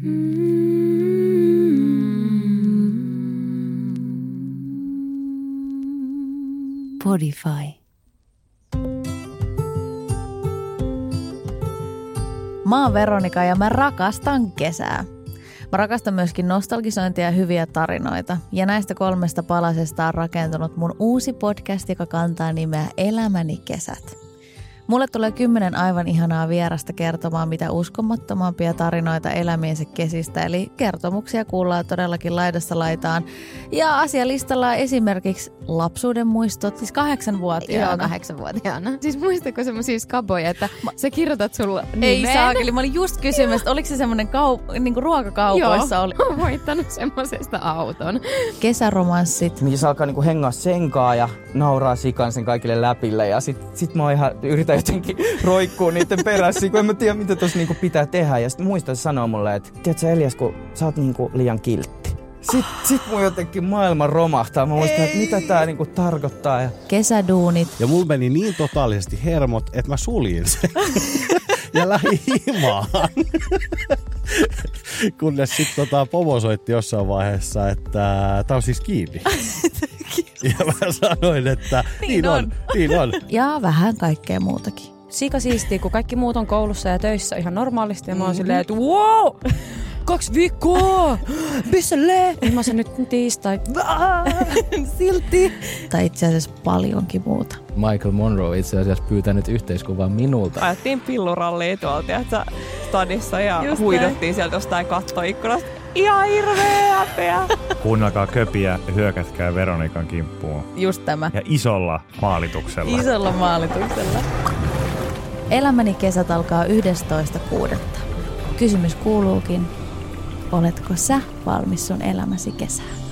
Podify. Mä oon Veronika ja mä rakastan kesää. Mä rakastan myöskin nostalgisointia ja hyviä tarinoita. Ja näistä 3 palasesta on rakentunut mun uusi podcast, joka kantaa nimeä Elämäni kesät. Mulle tulee 10 aivan ihanaa vierasta kertomaan mitä uskomattomampia tarinoita elämiensä kesistä. Eli kertomuksia kuullaan todellakin laidasta laitaan. Ja asialistalla on esimerkiksi lapsuuden muistot, siis 8-vuotiaana. Joo, 8-vuotiaana. Siis muistatko semmosia skaboja, että sä kirjoitat sulla nimen? Ei saakeli, mä olin just kysymässä, että oliko se semmoinen niinku ruokakaupoissa oli? Joo, oon voittanut semmosesta auton. Kesäromanssit. Missä alkaa niinku hengaa senkaa ja nauraa sikan sen kaikille läpille ja sit mä yritän jotenkin roikkuu niiden perässä, kun en mä tiedä mitä tossa niinku pitää tehdä. Ja sit muistan sanoa mulle, että tiedätkö Elias, kun sä oot niinku liian kiltti. Sit mun jotenkin maailma romahtaa. Mä muistan, että mitä tää niinku tarkoittaa. Kesäduunit. Ja mulla meni niin totaalisesti hermot, että mä suljin sen. Ja lähdin himaan. Kunnes sitten pomo soitti jossain vaiheessa, että tää on siis kiinni. Ja mä sanoin, että niin on. Ja vähän kaikkea muutakin. Sika siistiä, kun kaikki muut on koulussa ja töissä ihan normaalisti. Ja mä oon silleen, että wow! 2 viikkoa! Biselle! Ja mä sanon nyt tiistai. Silti! Tai itse asiassa paljonkin muuta. Michael Monroe itse asiassa pyytänyt yhteiskuvaa minulta. Ajettiin pillurallia tuolta stadissa ja huidottiin sieltä jostain kattoikkunasta. Ihan hirveä häpeä. Kuunnelkaa Köpiä ja hyökätkää Veronikan kimppuun. Just tämä. Ja isolla maalituksella. Isolla maalituksella. Elämäni kesät alkaa 11.6. Kysymys kuuluukin, oletko sä valmis sun elämäsi kesään?